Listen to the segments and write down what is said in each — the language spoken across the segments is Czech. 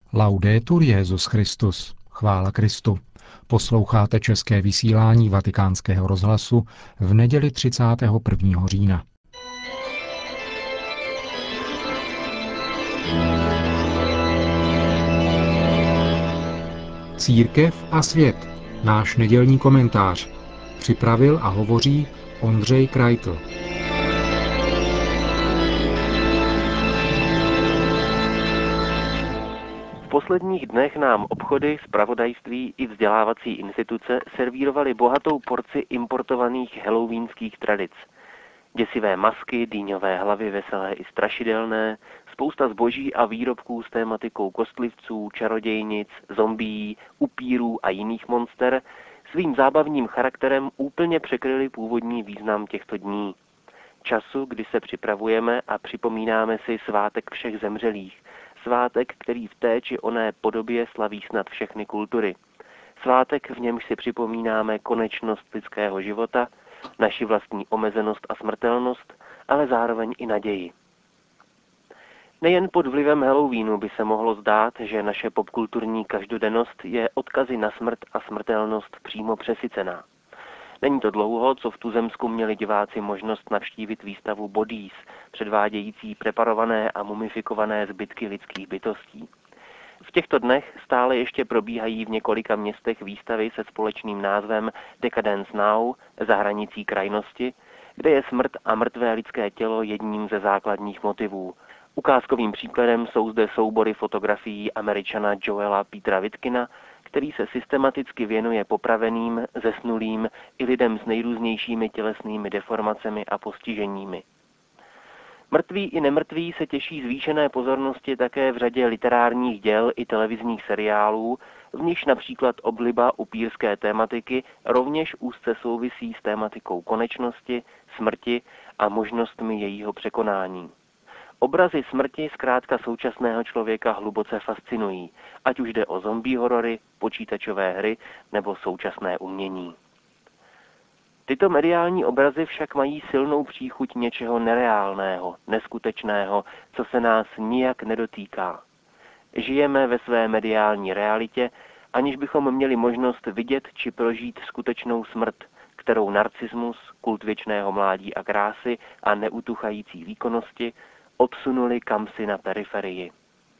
Laudetur Jesus Christus. Chvála Kristu. Posloucháte české vysílání Vatikánského rozhlasu v neděli 31. října. Církev a svět. Náš nedělní komentář. Připravil a hovoří Ondřej Krajtl. V posledních dnech nám obchody, zpravodajství i vzdělávací instituce servírovaly bohatou porci importovaných halloweenských tradic. Děsivé masky, dýňové hlavy veselé i strašidelné, spousta zboží a výrobků s tématikou kostlivců, čarodějnic, zombií, upírů a jiných monster svým zábavním charakterem úplně překryly původní význam těchto dní. Času, kdy se připravujeme a připomínáme si svátek všech zemřelých, svátek, který v té či oné podobě slaví snad všechny kultury. Svátek, v němž si připomínáme konečnost lidského života, naši vlastní omezenost a smrtelnost, ale zároveň i naději. Nejen pod vlivem Halloweenu by se mohlo zdát, že naše popkulturní každodennost je odkazy na smrt a smrtelnost přímo přesycená. Není to dlouho, co v tuzemsku měli diváci možnost navštívit výstavu Bodies, předvádějící preparované a mumifikované zbytky lidských bytostí. V těchto dnech stále ještě probíhají v několika městech výstavy se společným názvem Decadence Now, za hranicí krajnosti, kde je smrt a mrtvé lidské tělo jedním ze základních motivů. Ukázkovým příkladem jsou zde soubory fotografií Američana Joela Petera Witkina, který se systematicky věnuje popraveným, zesnulým i lidem s nejrůznějšími tělesnými deformacemi a postiženími. Mrtví i nemrtví se těší zvýšené pozornosti také v řadě literárních děl i televizních seriálů, v nichž například obliba upírské tématiky rovněž úzce souvisí s tématikou konečnosti, smrti a možnostmi jejího překonání. Obrazy smrti zkrátka současného člověka hluboce fascinují, ať už jde o zombie horory, počítačové hry nebo současné umění. Tyto mediální obrazy však mají silnou příchuť něčeho nereálného, neskutečného, co se nás nijak nedotýká. Žijeme ve své mediální realitě, aniž bychom měli možnost vidět či prožít skutečnou smrt, kterou narcismus, kult věčného mládí a krásy a neutuchající výkonnosti odsunuli kamsi na periferii.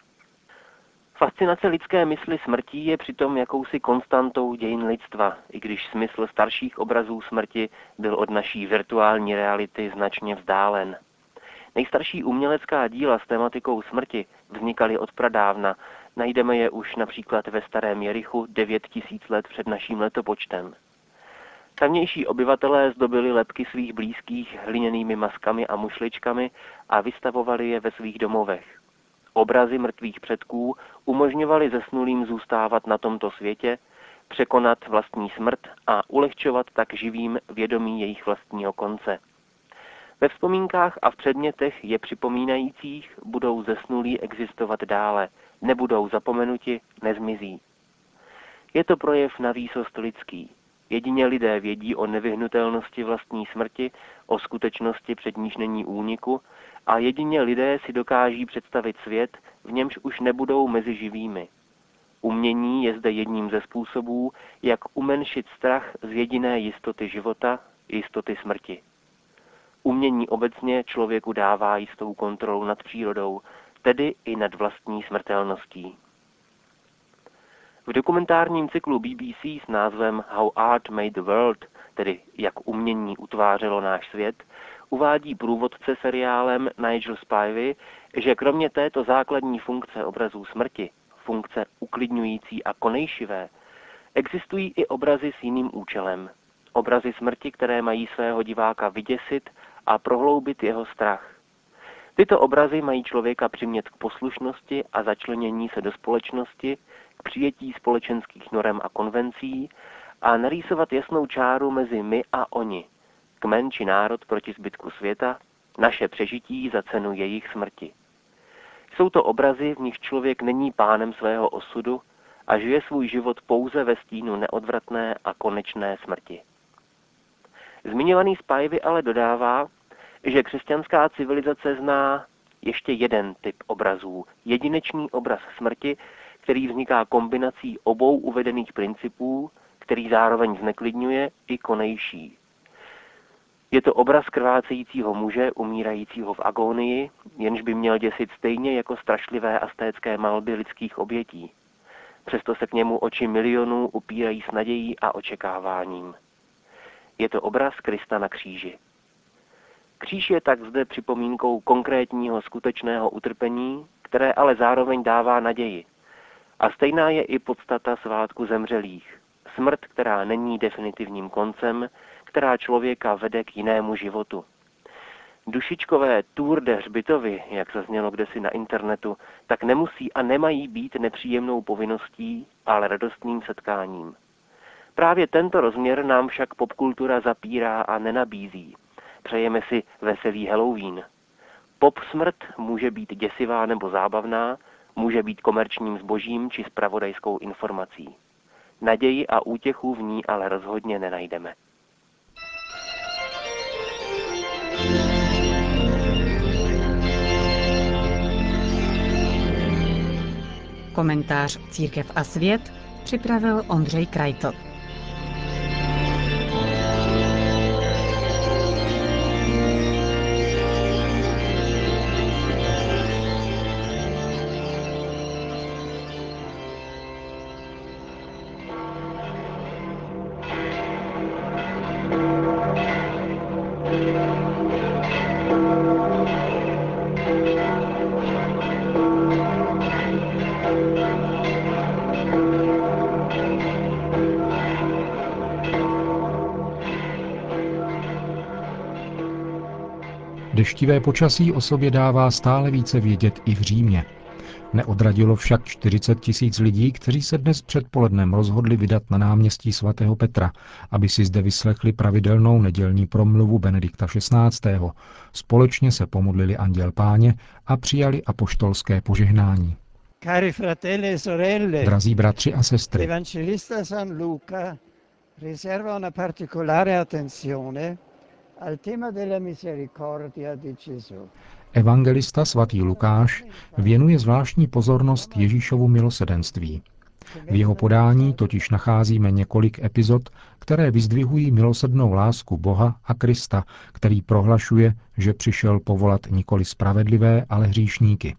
Fascinace lidské mysli smrtí je přitom jakousi konstantou dějin lidstva, i když smysl starších obrazů smrti byl od naší virtuální reality značně vzdálen. Nejstarší umělecká díla s tematikou smrti vznikaly od pradávna, najdeme je už například ve Starém Jerichu 9000 let před naším letopočtem. Tamnější obyvatelé zdobili lebky svých blízkých hliněnými maskami a mušličkami a vystavovali je ve svých domovech. Obrazy mrtvých předků umožňovaly zesnulým zůstávat na tomto světě, překonat vlastní smrt a ulehčovat tak živým vědomí jejich vlastního konce. Ve vzpomínkách a v předmětech je připomínajících budou zesnulí existovat dále, nebudou zapomenuti, nezmizí. Je to projev na výsost lidský. Jedině lidé vědí o nevyhnutelnosti vlastní smrti, o skutečnosti, před níž není úniku, a jedině lidé si dokáží představit svět, v němž už nebudou mezi živými. Umění je zde jedním ze způsobů, jak umenšit strach z jediné jistoty života, jistoty smrti. Umění obecně člověku dává jistou kontrolu nad přírodou, tedy i nad vlastní smrtelností. V dokumentárním cyklu BBC s názvem How Art Made the World, tedy Jak umění utvářelo náš svět, uvádí průvodce seriálem Nigel Spivey, že kromě této základní funkce obrazů smrti, funkce uklidňující a konejšivé, existují i obrazy s jiným účelem. Obrazy smrti, které mají svého diváka vyděsit a prohloubit jeho strach. Tyto obrazy mají člověka přimět k poslušnosti a začlenění se do společnosti, k přijetí společenských norem a konvencí a narýsovat jasnou čáru mezi my a oni, kmen či národ proti zbytku světa, naše přežití za cenu jejich smrti. Jsou to obrazy, v nich člověk není pánem svého osudu a žije svůj život pouze ve stínu neodvratné a konečné smrti. Zmiňovaný Spivey ale dodává, že křesťanská civilizace zná ještě jeden typ obrazů, jedinečný obraz smrti, který vzniká kombinací obou uvedených principů, který zároveň zneklidňuje i konejší. Je to obraz krvácejícího muže, umírajícího v agónii, jenž by měl děsit stejně jako strašlivé astécké malby lidských obětí. Přesto se k němu oči milionů upírají s nadějí a očekáváním. Je to obraz Krista na kříži. Kříž je tak zde připomínkou konkrétního skutečného utrpení, které ale zároveň dává naději. A stejná je i podstata svátku zemřelých. Smrt, která není definitivním koncem, která člověka vede k jinému životu. Dušičkové tour de hřbitovy, jak zaznělo kdesi na internetu, tak nemusí a nemají být nepříjemnou povinností, ale radostným setkáním. Právě tento rozměr nám však popkultura zapírá a nenabízí. Přejeme si veselý Halloween. Pop smrt může být děsivá nebo zábavná, může být komerčním zbožím či zpravodajskou informací. Naději a útěchu v ní ale rozhodně nenajdeme. Komentář Církev a svět připravil Ondřej Krajtl. Deštivé počasí o sobě dává stále více vědět i v Římě. Neodradilo však 40 000 lidí, kteří se dnes předpolednem rozhodli vydat na náměstí svatého Petra, aby si zde vyslechli pravidelnou nedělní promluvu Benedikta XVI. Společně se pomodlili Anděl Páně a přijali apoštolské požehnání. Cari fratelli e sorelle, Drazí bratři a sestry, l'Evangelista San Luca riserva una particolare attenzione al tema della misericordia di Gesù. evangelista svatý Lukáš věnuje zvláštní pozornost Ježíšovu milosedenství. V jeho podání totiž nacházíme několik epizod, které vyzdvihují milosrdnou lásku Boha a Krista, který prohlašuje, že přišel povolat nikoli spravedlivé, ale hříšníky.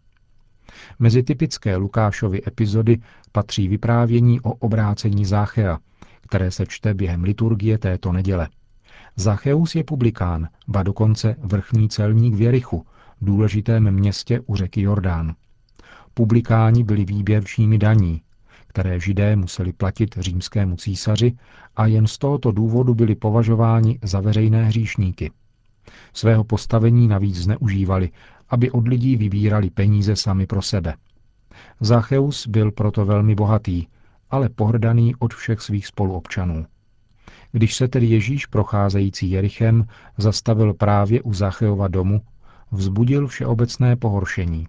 Mezi typické Lukášovy epizody patří vyprávění o obrácení Záchea, které se čte během liturgie této neděle. Zacheus je publikán, ba dokonce vrchní celník v Jerichu, důležitém městě u řeky Jordán. Publikáni byli výběrčími daní, které Židé museli platit římskému císaři a jen z tohoto důvodu byli považováni za veřejné hříšníky. Svého postavení navíc zneužívali, aby od lidí vybírali peníze sami pro sebe. Zacheus byl proto velmi bohatý, ale pohrdaný od všech svých spoluobčanů. Když se tedy Ježíš procházející Jerichem zastavil právě u Zacheova domu, vzbudil všeobecné pohoršení.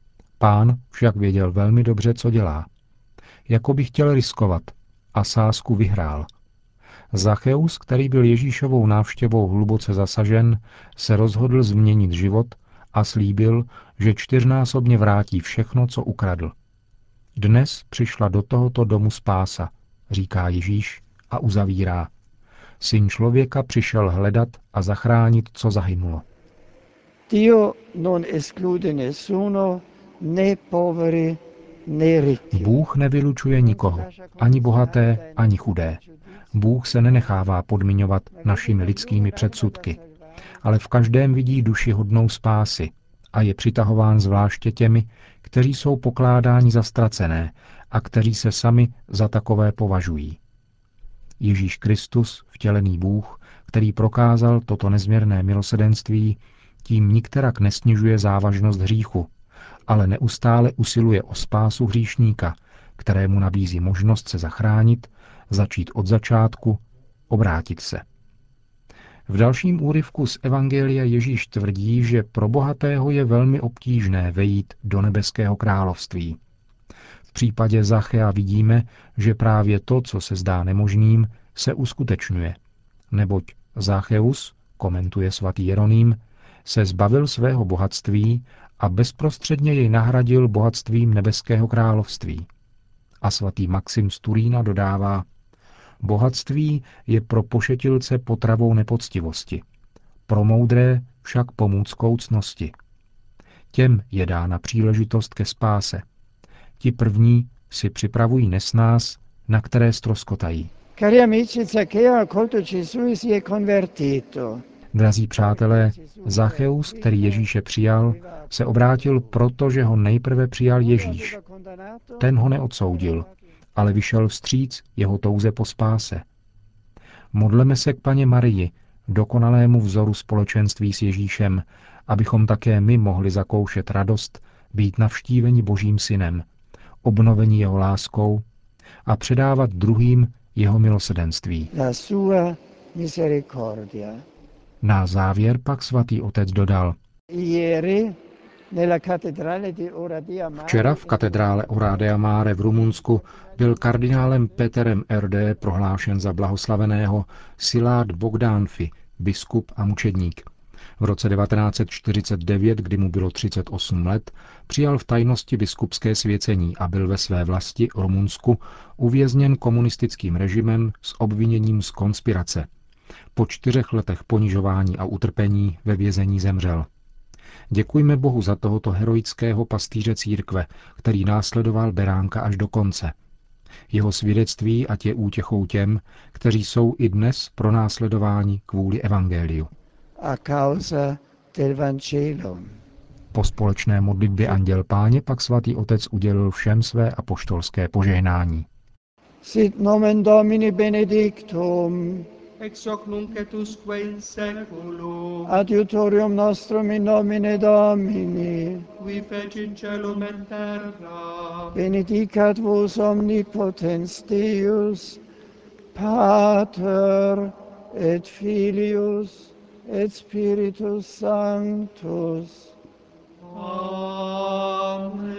Pán však věděl velmi dobře, co dělá. Jako by chtěl riskovat a sázku vyhrál. Zacheus, který byl Ježíšovou návštěvou hluboce zasažen, se rozhodl změnit život a slíbil, že 4násobně vrátí všechno, co ukradl. Dnes přišla do tohoto domu spása, říká Ježíš a uzavírá. Syn člověka přišel hledat a zachránit, co zahynulo. Dio non esclude nessuno, né poveri, né ricchi. Bůh nevylučuje nikoho, ani bohaté, ani chudé. Bůh se nenechává podmiňovat našimi lidskými předsudky, ale v každém vidí duši hodnou spásy a je přitahován zvláště těmi, kteří jsou pokládáni za ztracené a kteří se sami za takové považují. Ježíš Kristus, vtělený Bůh, který prokázal toto nezměrné milosedenství, tím nikterak nesnižuje závažnost hříchu, ale neustále usiluje o spásu hříšníka, kterému nabízí možnost se zachránit, začít od začátku, obrátit se. V dalším úryvku z Evangelia Ježíš tvrdí, že pro bohatého je velmi obtížné vejít do nebeského království. V případě Zachea vidíme, že právě to, co se zdá nemožným, se uskutečňuje. Neboť Zacheus, komentuje svatý Jeroným, se zbavil svého bohatství a bezprostředně jej nahradil bohatstvím nebeského království. A svatý Maxim z Turína dodává: bohatství je pro pošetilce potravou nepoctivosti, pro moudré však pomůckou ctnosti. Těm je dána příležitost ke spáse. Ti první si připravují nesnás, na které ztroskotají. Cari amici, Zaccheo ha accolto Gesù e si è convertito. Drazí přátelé, Zacheus, který Ježíše přijal, se obrátil proto, že ho nejprve přijal Ježíš. Ten ho neodsoudil, ale vyšel vstříc jeho touze po spáse. Modleme se k Panně Marii, dokonalému vzoru společenství s Ježíšem, abychom také my mohli zakoušet radost, být navštíveni Božím synem, obnovení jeho láskou a předávat druhým jeho milosrdenství. La sua misericordia. Na závěr pak svatý otec dodal: včera v katedrále Oradea Mare v Rumunsku byl kardinálem Peterem R.D. prohlášen za blahoslaveného Szilárd Bogdánfi, biskup a mučedník. V roce 1949, kdy mu bylo 38 let, přijal v tajnosti biskupské svěcení a byl ve své vlasti Rumunsku uvězněn komunistickým režimem s obviněním z konspirace. Po 4 letech ponižování a utrpení ve vězení zemřel. Děkujme Bohu za tohoto heroického pastýře církve, který následoval beránka až do konce. Jeho svědectví ať je útěchou těm, kteří jsou i dnes pronásledováni kvůli evangeliu. A causa del Vangelo. Po společné modlitbě Anděl Páně pak svatý otec udělil všem své apoštolské požehnání. Sit nomen Domini benedictum. Ex hoc nunc et usque in seculum. Adiutorium nostrum in nomine Domini. Qui fecit caelum et terra. Benedicat vos omnipotens Deus, Pater et Filius et Spiritus Sanctus. Amen.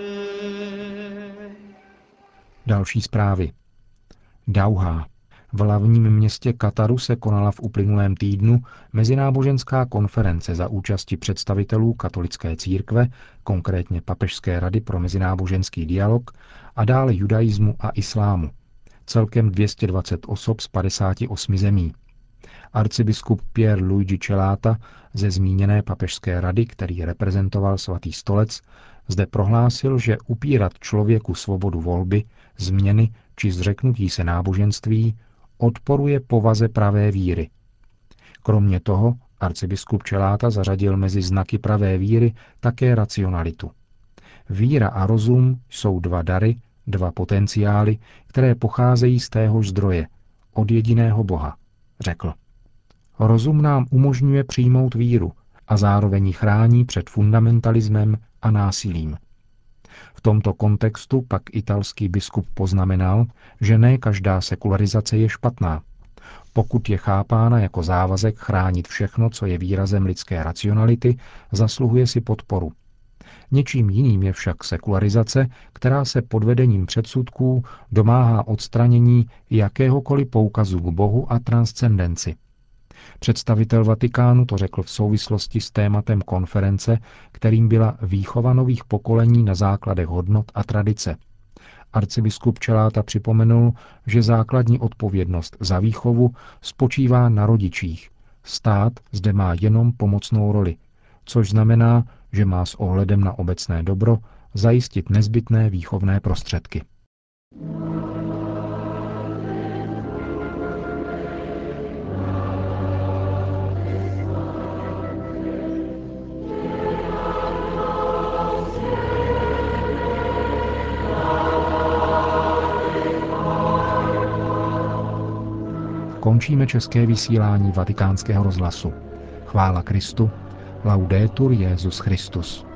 Další zprávy. Dauhá. V hlavním městě Kataru se konala v uplynulém týdnu mezináboženská konference za účasti představitelů katolické církve, konkrétně Papežské rady pro mezináboženský dialog a dále judaismu a islámu. Celkem 220 osob z 58 zemí. Arcibiskup Pier Luigi Celata ze zmíněné Papežské rady, který reprezentoval Svatý stolec, zde prohlásil, že upírat člověku svobodu volby, změny či zřeknutí se náboženství odporuje povaze pravé víry. Kromě toho arcibiskup Celata zařadil mezi znaky pravé víry také racionalitu. Víra a rozum jsou 2 dary, 2 potenciály, které pocházejí z téhož zdroje, od jediného Boha, řekl. Rozum nám umožňuje přijmout víru a zároveň ji chrání před fundamentalismem a násilím. V tomto kontextu pak italský biskup poznamenal, že ne každá sekularizace je špatná. Pokud je chápána jako závazek chránit všechno, co je výrazem lidské racionality, zasluhuje si podporu. Něčím jiným je však sekularizace, která se pod vedením předsudků domáhá odstranění jakéhokoliv poukazu k Bohu a transcendenci. Představitel Vatikánu to řekl v souvislosti s tématem konference, kterým byla výchova nových pokolení na základech hodnot a tradice. Arcibiskup Celata připomenul, že základní odpovědnost za výchovu spočívá na rodičích. Stát zde má jenom pomocnou roli, což znamená, že má s ohledem na obecné dobro zajistit nezbytné výchovné prostředky. Končíme české vysílání Vatikánského rozhlasu. Chvála Kristu, laudetur Jesus Christus.